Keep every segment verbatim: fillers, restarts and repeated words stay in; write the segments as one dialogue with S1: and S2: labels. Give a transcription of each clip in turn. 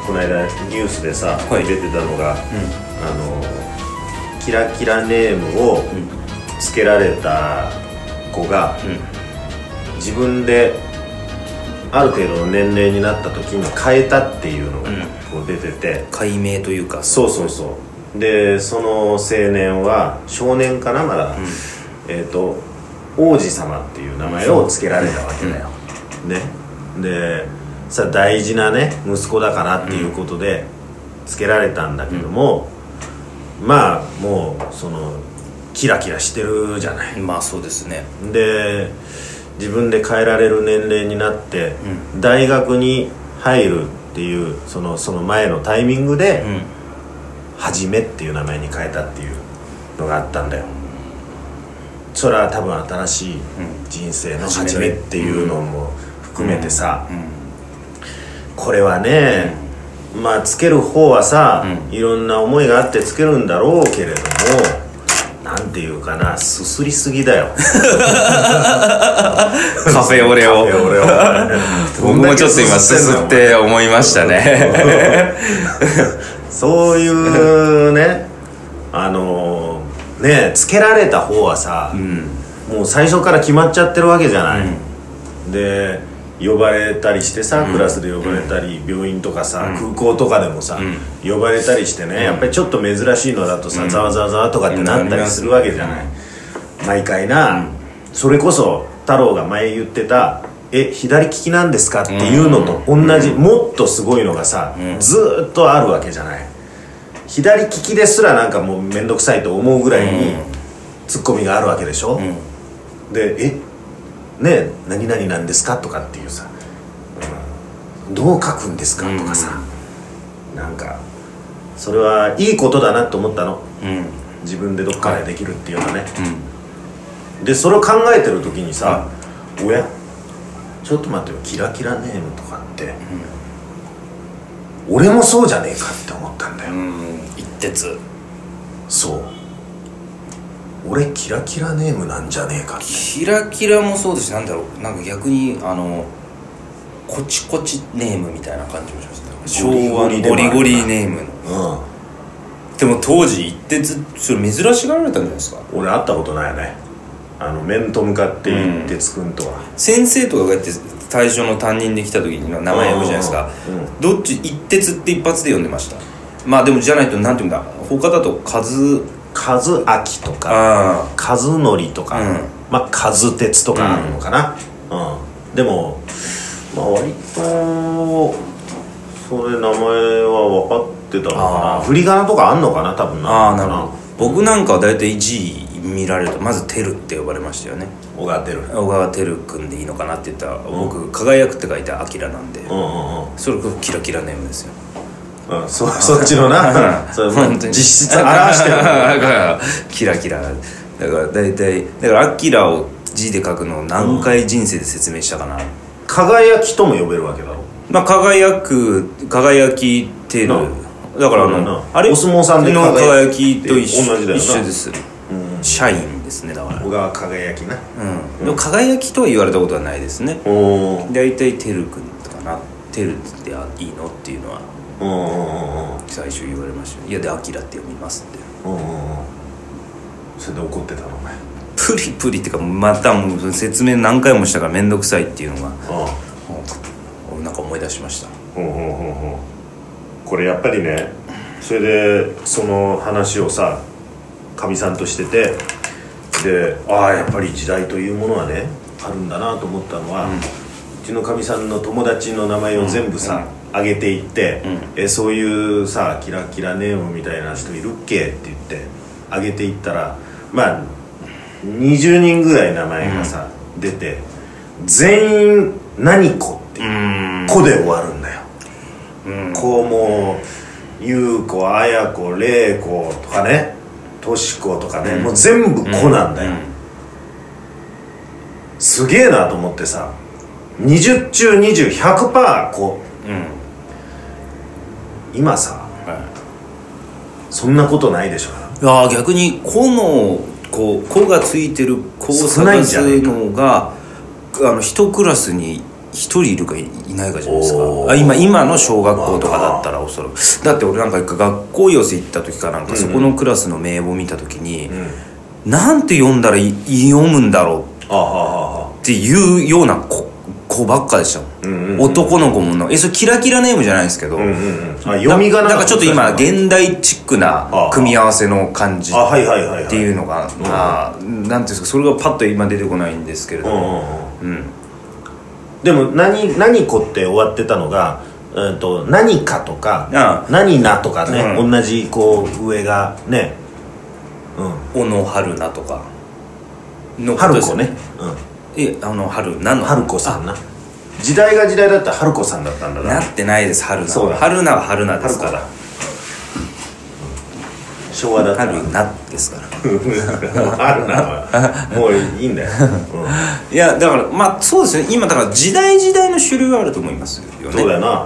S1: この間ニュースでさ、
S2: はい、
S1: 出てたのが、うん、あのキラキラネームをつけられた子が、うん、自分である程度の年齢になった時に変えたっていうのがこう出てて、
S2: うん、改名というか、
S1: そうそうそうで、その青年は少年かなまだ、うん、えっと王子様っていう名前をつけられたわけだよ、うん、ねでさ大事なね息子だからっていうことでつけられたんだけども、うん、まあもうそのキラキラしてるじゃない。
S2: まあそうですね。
S1: で自分で変えられる年齢になって、うん、大学に入るっていうその、その前のタイミングで、うん、はじめっていう名前に変えたっていうのがあったんだよ。それは多分新しい人生のはじめっていうのも含めてさ、うんうん、これはね、うん、まあつける方はさ、うん、いろんな思いがあってつけるんだろうけれども、なんていうかな、すすりすぎだよカ
S2: フェオレを僕もちょっと今すすって思いましたね
S1: そういうね、あのねつけられた方はさ、うん、もう最初から決まっちゃってるわけじゃない、うん、で呼ばれたりしてさ、クラスで呼ばれたり、うん、病院とかさ、うん、空港とかでもさ、うん、呼ばれたりしてね、うん、やっぱりちょっと珍しいのだとさ、うん、ざわざわざわとかってなったりするわけじゃない、うん、毎回な、うん、それこそ太郎が前言ってたえ左利きなんですかっていうのと同じ、うん、もっとすごいのがさ、うん、ずーっとあるわけじゃない。左利きですらなんかもうめんどくさいと思うぐらいにツッコミがあるわけでしょ、うん、でえね何々なんですかとかっていうさ、うん、どう書くんですかとかさ、うん、なんかそれはいいことだなと思ったの、うん、自分でどっかでできるっていうのはね、うん、でそれを考えてる時にさ、うん、おやちょっと待ってよ、キラキラネームとかって、うん、俺もそうじゃねえかって思ったんだよ、うん、
S2: 一徹。
S1: そう俺キラキラネームなんじゃねえかって。
S2: キラキラもそうですし、なんだろう、なんか逆にあのコチコチネームみたいな感じもしました。昭和のゴリゴリネームの、うん、でも当時一徹それ珍しがられたんじゃないですか。
S1: 俺会ったことないよね、あの面と向かって一徹君とは、
S2: うん、先生とかがやって最初の担任で来た時に名前呼ぶじゃないですか、うん、どっち一徹って一発で呼んでました。まあでもじゃないとなんていうんだ、他だと数
S1: 和明とか和則とか、うん、まあ和鉄とかあるのかな、うんうん、でもまあ割とそれ名前は分かってたのかな。振り仮名とかあんのかな多分な。
S2: ああなるほど。僕なんかは大体字見られるとまずテルって呼ばれましたよね。
S1: 小川テル
S2: 小川テル君でいいのかなって言ったら、うん、僕輝くって書いてアキラなんで、うんうんうん、それこそキラキラネームですよ。
S1: うん、そ, そっちのなそ本当に実質表してる
S2: キラキラだから大体だからアキラを字で書くのを何回人生で説明したかな、うん、
S1: 輝きとも呼べるわけだろ。
S2: まあ輝く輝きテルだからあのあれ
S1: お相撲さんで
S2: の輝きと一緒
S1: 同じだよな。
S2: 一緒です、うん、社員ですね。だから
S1: 小川輝きな、
S2: うん、でも輝きとは言われたことはないですね。大体テル君かな、テルっていいのっていうのはうんうんうん、最初言われました。いやでアキラって読みますって、うんうんうん、
S1: それで怒ってたのお前。
S2: プリプリっていうかまたもう説明何回もしたから面倒くさいっていうのが、うん、なんか思い出しました、うんうんうん
S1: うん、これやっぱりね、それでその話をさかみさんとしてて、でああやっぱり時代というものはねあるんだなと思ったのは、うん、うちのかみさんの友達の名前を全部さ、うんうん上げていって、うん、えそういうさキラキラネームみたいな人いるっけって言って上げていったら、まあにじゅうにんぐらい名前がさ、うん、出て全員何子っていう子で終わるんだよ。子も優子、綾子、玲子とかね、とし子とかね、うん、もう全部子なんだよ、うんうん、すげえなと思ってさ、にじゅう中にじゅう ひゃくパーセント 子、うん今さ、はい、そんなことないでしょ。
S2: いや逆に子のこう子がついてる子を探すのがあの一クラスに一人いるかいいないかじゃないですか。あ今今の小学校とかだったらおそらく、だって俺なんか学校寄せ行った時かなんか、そこのクラスの名簿見た時に、うん、なんて読んだらい読むんだろうっていうような子子ばっかでした、うんうんうん、男の子ものえそれキラキラネームじゃないですけど、うんうんうん、あ読みがなんかちょっと今現代チックな組み合わせの感じっていうのがなんていうんですか、それがパッと今出てこないんですけれども、うんうんうん、
S1: でも 何, 何子って終わってたのが、うん、と何かとかああ何なとかね、うん、同じこう上がね、
S2: うん、小野春菜とか
S1: の春子ね、うん
S2: えあの春菜の
S1: 春子さんな、時代が時代だったら春子さんだったんだな。
S2: なってないです。春菜は春菜は春菜ですから、
S1: 昭和だったら
S2: 春菜ですから
S1: 春菜はもういいんだよ、
S2: うん、いやだからまあそうですね、今だから時代時代の種類はあると思いますよね。
S1: そうだよな、
S2: うん、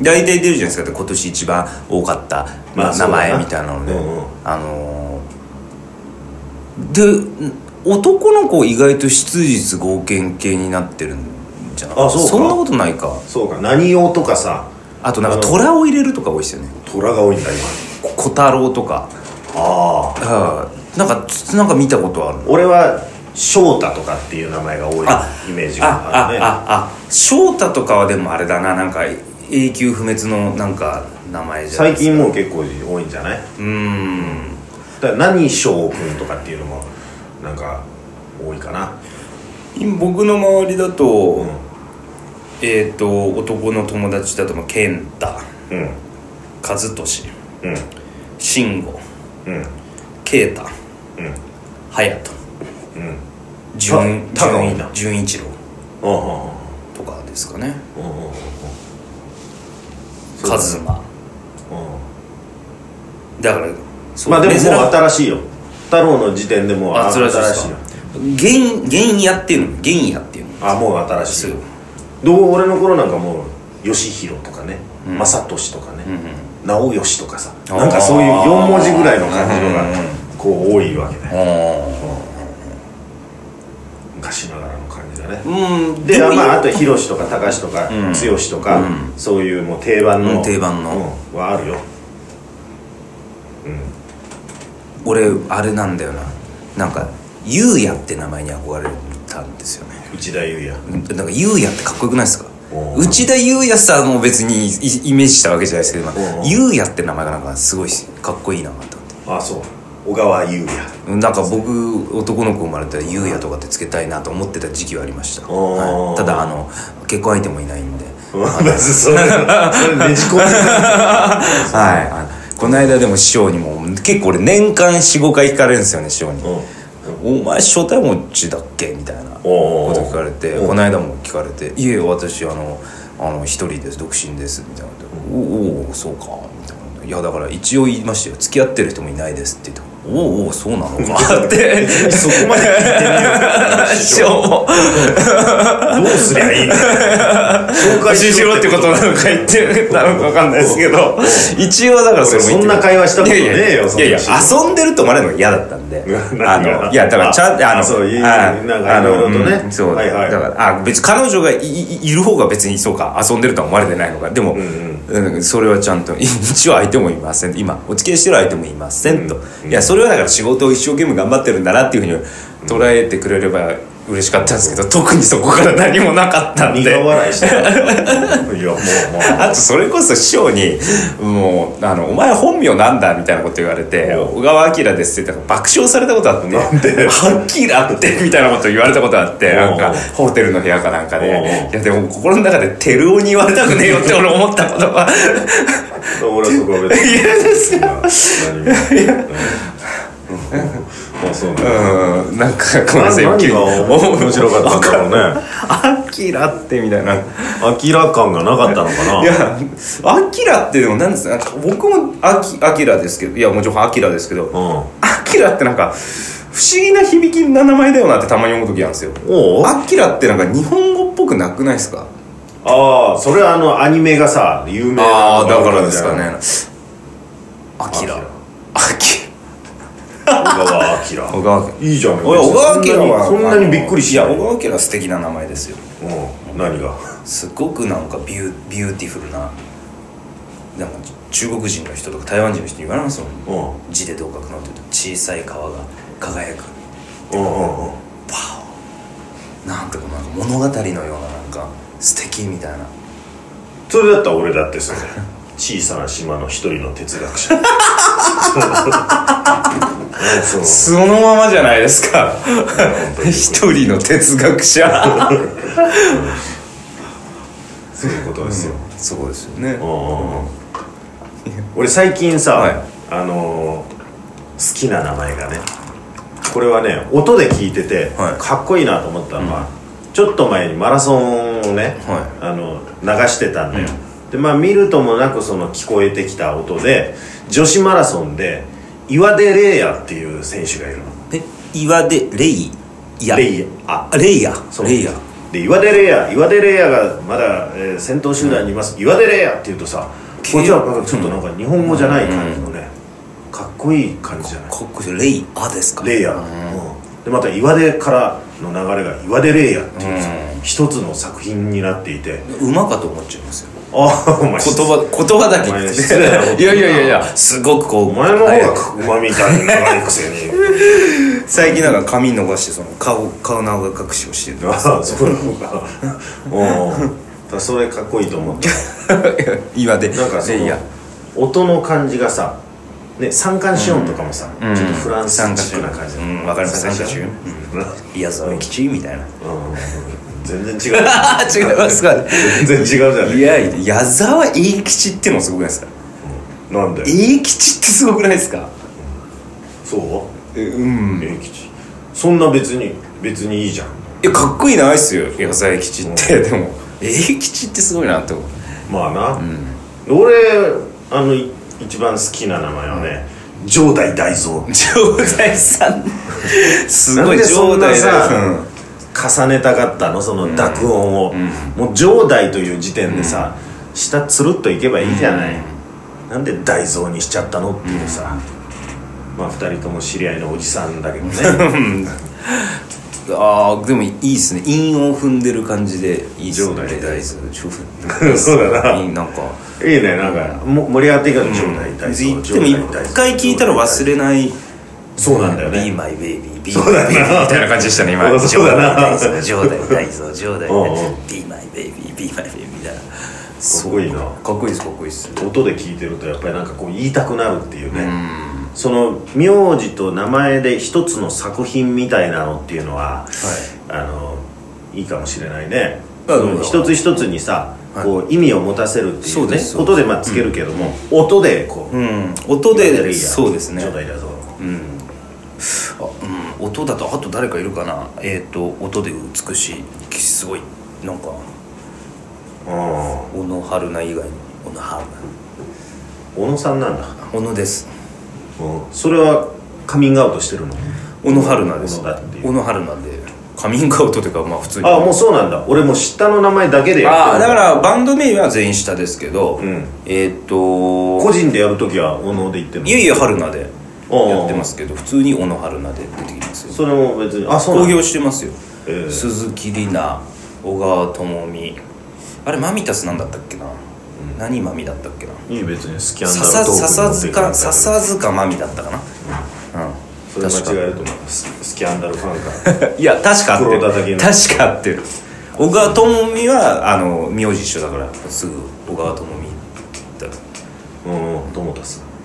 S2: 大体出るじゃないですか。今年一番多かった、まあ、名前みたいなので、うんうん、あのー、で男の子意外と質実剛健系になってるんじゃない？あ、そうか。そんなことないか。
S1: そうか。何用とかさ、
S2: あとなんか虎を入れるとか多いですよね。
S1: 虎が多いんだ
S2: 今。小太郎とか。ああ、なんかなんか見たことある。
S1: 俺は翔太とかっていう名前が多いイメージがあるね。
S2: ああああ翔太とかはでもあれだな、なんか永久不滅のなんか名前じゃないですか。
S1: 最近もう結構多いんじゃない？うーん。だから何翔くんとかっていうのもなんか多いかな。
S2: 今僕の周りだと、うん、えっ、ー、と男の友達だと健太、うん、和俊、うん、慎吾、うん、啓太、うん、隼人、うん、純純一郎とかですかね。カズマだから
S1: まあでももう新しいよ。太郎の時点でもう新しいよ。
S2: 原原野っていうの原野っていうの
S1: あもう新しい。どう俺の頃なんかもう義弘とかね、うん、正俊とかね、うんうん、直義とかさ、なんかそういうよん文字ぐらいの感じのがこう多いわけね。昔ながらの感じだね。うん、でまああと広とか高志とか剛、うん、とか、うん、そういうもう定番の、
S2: うん、定番の、
S1: うん、はあるよ。
S2: 俺あれなんだよな、なんか優也って名前に憧れたんですよね。
S1: 内田優也。
S2: なんか優也ってかっこよくないですか？内田優也さんも別にイメージしたわけじゃないですけど、優也って名前がなんかすごいかっこいいなと思って。
S1: ああそう。小川優也。
S2: なんか僕男の子生まれたら優也とかってつけたいなと思ってた時期はありました。はい、ただあの結婚相手もいないんで。
S1: まずそれそれねじ込んで
S2: はい。この間でも師匠にも結構俺年間 よん,ご 回聞かれるんですよね、師匠に。お前初対持ちだっけみたいなこと聞かれて、この間も聞かれて、いえ私あのあの一人です独身ですみたいな。おおそうかみたいな。いやだから一応言いましたよ、付き合ってる人もいないですって言って、おおそうなのかって
S1: そこまで聞いてみよう師匠もどうすりゃいいの紹介
S2: しろってことなのか言ってなのか分かんないですけど一応だからそれも
S1: そんな会話したことねえよ。
S2: いやいや遊んでると思われるの嫌だったんであのいやだからちゃんとあの
S1: そういうなんかいろいろとね
S2: そうだからあ別に彼女が い, いる方が別にそうか遊んでるとは思われてないのか。でも、うんうん、それはちゃんと一応相手もいません、今お付き合いしてる相手もいませんと、うん、いやそれはだから仕事を一生懸命頑張ってるんだなっていうふうに捉えてくれれば嬉しかったんですけど、特にそこから何もなかったんで
S1: 苦笑いしてたいやもうもう
S2: あとそれこそ師匠にもうあのお前本名なんだみたいなこと言われて、小川明ですって言ったら爆笑されたことあって、なんではっきりあってみたいなこと言われたことあって、なんかホテルの部屋かなんかで、いやでも心の中でテルオに言われたくねえよって俺思ったことは
S1: 俺はそこは別に
S2: 嫌ですよ。いや
S1: あそうなん
S2: うん、なんかこの
S1: 何が面白かったんだろうね。
S2: アキラってみたいな
S1: アキラ感がなかったのかな。
S2: いやアキラってでも何ですか、僕もアキアキラですけど、いやもちろんアキラですけど、うん、アキラってなんか不思議な響きな名前だよなってたまに思う時あるんですよ。アキラってなんか日本語っぽくなくないですか？
S1: ああそれはあのアニメがさ有名な
S2: ああだからですかね。アキラアキ
S1: 小川明
S2: 小川
S1: いいじゃん。
S2: 小川明は
S1: そんなにびっくりしない。
S2: いや小川明は素敵な名前ですよ。うん
S1: 何が？
S2: すごくなんかビュー、ビューティフルな、なんか中国人の人とか台湾人の人に言われますもん、うん、字でどう書くのって言うと小さい川が輝く、うんうんうん、パオなんてこのなんか物語のようななんか素敵みたいな。
S1: それだったら俺だってそれ小さな島の一人の哲学者
S2: そのままじゃないですか一人の哲学者
S1: そういうことですよ、
S2: うん、そうですよね、うん、
S1: 俺最近さ、はい、あのー、好きな名前がね、これはね音で聞いてて、はい、かっこいいなと思ったのは、うん、ちょっと前にマラソンをね、はい、あの流してたんだよ、うん、でまあ見るともなくその聞こえてきた音で女子マラソンで岩出玲亜っていう選手がいるの。
S2: え岩出レイヤ
S1: レイヤあ
S2: レイヤレイヤ
S1: で岩出玲亜岩出玲亜がまだ、えー、先頭集団にいます、うん、岩出玲亜っていうとさこっちはちょっとなんか日本語じゃない感じのね、うん、かっこいい感じじゃない。
S2: かっこいいレイヤですか。
S1: レイヤ、うん、でまた岩出からの流れが岩出玲亜っていうさ、うん、一つの作品になっていて
S2: 馬かと思っちゃいますよ。
S1: あお前
S2: 言葉言葉だけ言っていやいやいやいやすごくこう
S1: お前の方が馬みたいに長いくせに
S2: 最近なんか髪伸ばしてその顔顔長隠しをしてる。
S1: ああそうなのかおそれかっこいいと思った
S2: 岩で
S1: なんかその音の感じがさね、三寒四温とかもさ、うん、ちょっとフランスチックな感じ。
S2: うん、わかります。三寒四温。宮沢吉みたいな。うん、
S1: 全然違う。
S2: 違いますか。
S1: 全然違うじゃない。
S2: いや、矢沢永吉ってのもすごくないですか。
S1: うん、なんで？
S2: 永吉ってすごくないですか。
S1: そう？
S2: え、うん。
S1: 永吉。そんな別に別にいいじゃん。
S2: いやかっこいいなですよ矢沢永吉って、うん、でも永吉ってすごいなって思う。
S1: まあな。うん、俺あの。一番好きな名前はね、城代大蔵。
S2: 城代さんすごい。
S1: なんでそんなさ、うん、重ねたかったのその濁音を、うん、もう城代という時点でさ、うん、下つるっといけばいいじゃない、うん、なんで大蔵にしちゃったのっていうさ、うん、まあふたりとも知り合いのおじさんだけどね
S2: ああでもいいっすね。韻を踏んでる感じでいいっすね。大豆
S1: そうだな。
S2: なんか
S1: いいね。なんかも盛り上がっていくの状態大
S2: 豆。でも一回聞いたら忘れない。
S1: そうなんだよね。
S2: Be my baby, be my baby みたいな感じでしたね今。
S1: そうだな。
S2: 上代大豆上代 Be my baby, be my baby みたいな。か
S1: っこいいな。
S2: かっこいいですかっこいいです。
S1: 音で聞いてるとやっぱりなんかこう言いたくなるっていうね。その名字と名前で一つの作品みたいなのっていうのは、はい、あのいいかもしれないね。一つ一つにさ、はい、こう意味を持たせるっていうねことでまあつけるけども、うん、音でこう、うん、
S2: 音でそうですね。
S1: 状態だぞ。
S2: うん。あ、うん、音だとあと誰かいるかな。えっ、ー、と音で美しいすごいなんか小野春菜以外に小野春菜。
S1: 小野さんなんだ。
S2: 小野です。
S1: それはカミングアウトしてるの？
S2: 小野春菜です。小野春菜でカミングアウトというかまあ普通に。
S1: ああもうそうなんだ。俺も下の名前だけでやってる。
S2: ああだからバンド名は全員下ですけど、うん、えっ、ー、と
S1: 個人でやるときは小野で言ってるの？
S2: いやいや春菜でやってますけど普通に小野春菜で出てきますよ。
S1: それも別にあそう
S2: 公表してますよ、えー、鈴木里奈小川智美あれマミタスなんだったっけな、うん、何マミだったっけな。
S1: いい別にスキャンダルトークに
S2: 笹塚笹塚マミだったかな。うん、うん、
S1: それ間違えると思います。スキャンダルファンか
S2: いや確か合ってる確か合ってる。小川智美はあの名字一緒だからすぐ小川智美だ。
S1: うん友田さん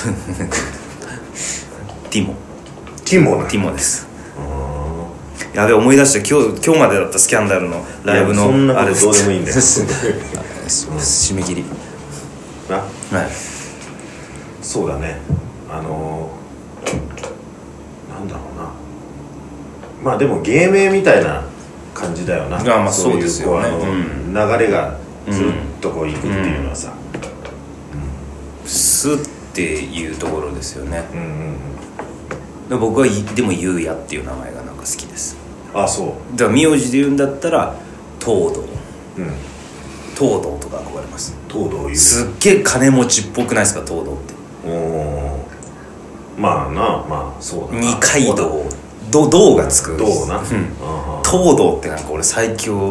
S2: ティモ
S1: ティモな
S2: ティモです。やべ思い出して今日今日までだったスキャンダルのライブの
S1: そんなことどうでもいいんだよ
S2: 締め切り
S1: な、
S2: はい、
S1: そうだね。あのー、なんだろうな。まあでも芸名みたいな感じだよな。
S2: あまあそうですよね。
S1: そういうこう、うん、流れがずっとこういくっていうのはさ、
S2: うん、スっていうところですよね。うんうんうん、僕はでもゆうやっていう名前がなんか好きです。
S1: あそう
S2: だから名字で言うんだったら東堂、うん、東堂とか憧れます。
S1: 東堂言う
S2: すっげえ金持ちっぽくないですか東堂って。
S1: おまあなまあそうだな。
S2: 二階堂ど銅がつく
S1: 銅な、うん、
S2: 東堂ってなんか俺最強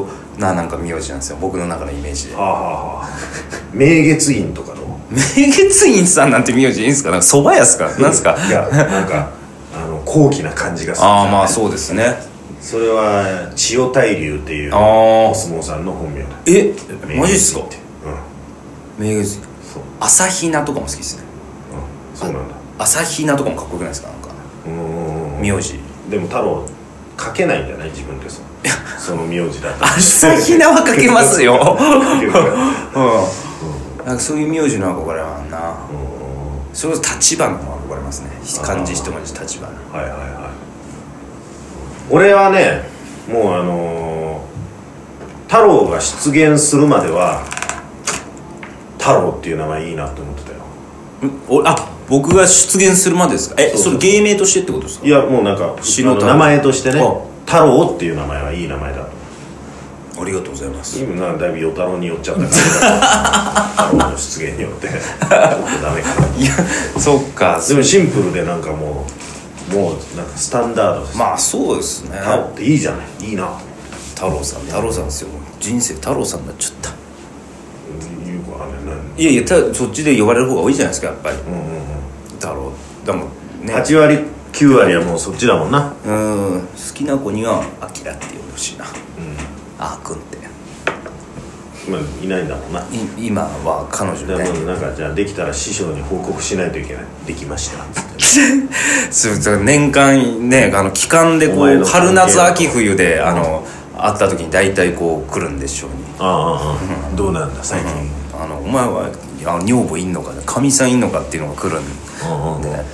S2: ななんか名字なんですよ、僕の中のイメージで。
S1: はあはあはあ明月院とかの
S2: 明月院さんなんて名字いいんですか？なんか蕎麦屋っすか？なんですか？
S1: いやなんかあの高貴な感じがする。
S2: ああまあそうですね。
S1: それは千代大龍っていうお相撲さんの本名だ。
S2: えマジっすか？
S1: うん
S2: 明月院。
S1: そう
S2: 朝比奈とかも好きですね。
S1: うんそうなんだ。
S2: 朝比奈とかもかっこよくないですか？なんか
S1: うん
S2: 名字
S1: でも太郎書けないんじゃない自分でそその名字だと。
S2: 朝比奈は書けますよ
S1: 書けるから
S2: うん、なんかそういう名字の憧れはあんな。それこそ立花も憧れますね。漢字一文字立花。
S1: はいはいはい。俺はねもうあのー、太郎が出現するまでは太郎っていう名前いいなって思ってたよ。
S2: おあ僕が出現するまでですか？え そ, それ芸名としてってことですか？
S1: いやもうなんか名前としてね太郎っていう名前はいい名前だと。
S2: ありがとうございます。
S1: 今なんかだいぶ与太郎に寄っちゃったから太郎の出現によってちょっとダメかな。
S2: いやそっか。
S1: でもシンプルでなんかもうもうなんかスタンダードです。
S2: まあそうですね。
S1: 太郎っていいじゃない。いいな。
S2: 太郎さん太郎さんですよ。人生太郎さんになっちゃった。
S1: いうかね
S2: いやいやたそっちで呼ばれる方が多いじゃないですかやっぱり。
S1: うんうんうん
S2: 太郎だもんね。
S1: はち割きゅう割はもうそっちだもんな。
S2: うん好きな子にはアキラって呼んでほしいな。
S1: うん
S2: あーくんって
S1: 今いないんだもんな。
S2: 今は彼女
S1: で
S2: ね。
S1: もなんかじゃあできたら師匠に報告しないといけない。できましたっつって
S2: そう年間ねあの期間でこう春夏秋冬であの会った時に大体こう来るんでしょうに。
S1: ああああどうなんだ最近。
S2: うん、あのお前はあの女房いんのかかみさんいんのかっていうのが来るんで、ね、あの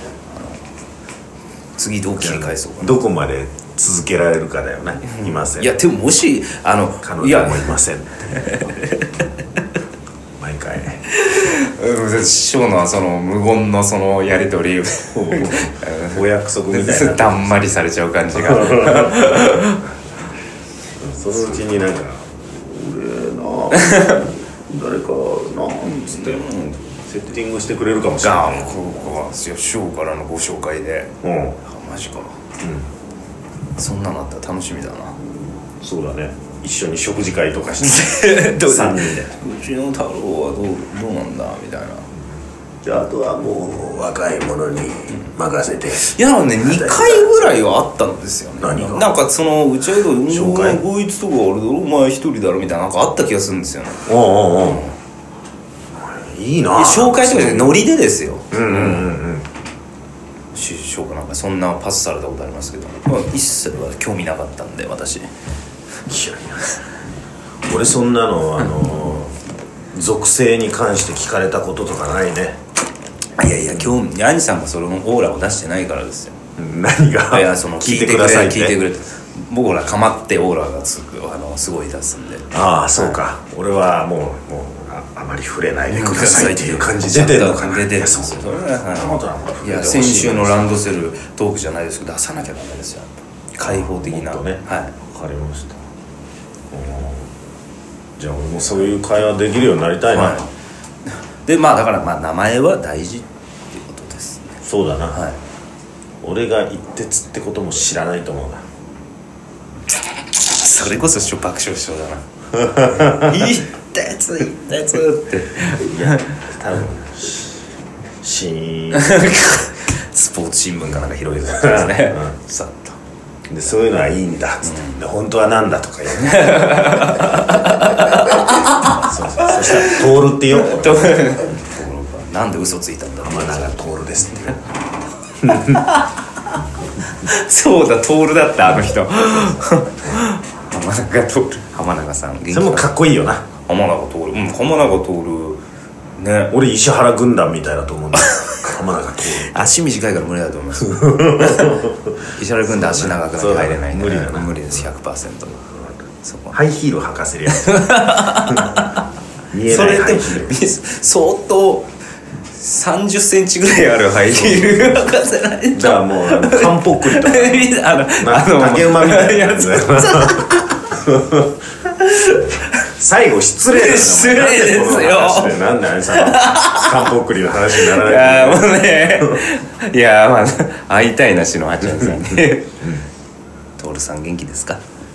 S2: 次どう切り返そうかな。
S1: どこまで続けられるかだよね。いません。
S2: いやでももしあの
S1: 彼女もいません毎回
S2: 師匠のその無言のそのやり取り
S1: お約束みたいな
S2: だんまりされちゃう感じが
S1: そのうちになんか俺な誰かなんつってセッティングしてくれるかもしれない。
S2: がここ師匠からのご紹介で、
S1: うん、
S2: あマジか、うん、そんなのあったら楽しみだな。
S1: そうだね。一緒に食事会とかしてさんにんで
S2: うちの太郎はどうどうなんだみたいな。
S1: じゃああとはもう若い者に任せて、うん、
S2: いやねにかいぐらいはあったんですよね。
S1: 何が
S2: なんかその打ち上げと
S1: 紹介
S2: こいつとか俺お前一人だろみたいななんかあった気がするんですよね。
S1: おうおうおういいな。
S2: 紹介とかでノリでですよ。
S1: うんうんうんうん
S2: 師匠かなんかそんなパスされたことありますけど、まあ、一切は興味なかったんで私。いやい
S1: や俺そんなのあの属性に関して聞かれたこととかないね。
S2: いやいや興味兄さんがそのオーラを出してないからですよ。
S1: 何が。
S2: いやその
S1: 聞いてくださいって
S2: 聞いてくれて僕ほらかまってオーラがつくあのすごい出すんで。
S1: ああそうか、はい、俺はもうもう あ, あまり触れないでくださいっていう感じ出てるのかな。
S2: 出てるんですよ。それは、いや先週のランドセルトークじゃないですけど出さなきゃダメですよ。開放的な。
S1: もっとね、
S2: はい、
S1: 分かりました。じゃあ俺もそういう会話できるようになりたいな、はい、
S2: でまあだからまあ名前は大事っていうことですね。
S1: そうだな、
S2: はい、
S1: 俺が一徹ってことも知らないと思うな。
S2: それこそ爆笑しそうだな言ったやつ言ったやつって
S1: いや多分シーン
S2: スポーツ新聞かなんか広いですね、うん、さっと
S1: でそういうのはいいんだっつって、うん、で本当はなんだとか言うそうそうそしたら徹ってよ徹
S2: なんで嘘ついたんだ
S1: 浜永徹ですって
S2: そうだ徹だったあの人浜永徹浜永さん
S1: それもかっこいいよな。
S2: 浜永徹うん浜永徹ね。
S1: 俺石原軍団みたいだと思うんだ浜永徹
S2: 足短いから無理だと思います石原軍団足長くなって入れないんで、ね、無理だな無理です ひゃくパーセント そこ
S1: ハイヒール履かせるやつ見えないハイヒール
S2: 相当さんじゅっセンチぐらいあるハイヒール履かせないと。
S1: じゃあもうカンポックリとか
S2: あのあの
S1: 竹馬みたいなやつ最後失礼だよ
S2: 失礼ですよ。
S1: なんであれさカンポックリの話にならない。
S2: いやもうねいやまあ会いたいな篠八さんに徹さん元気ですか。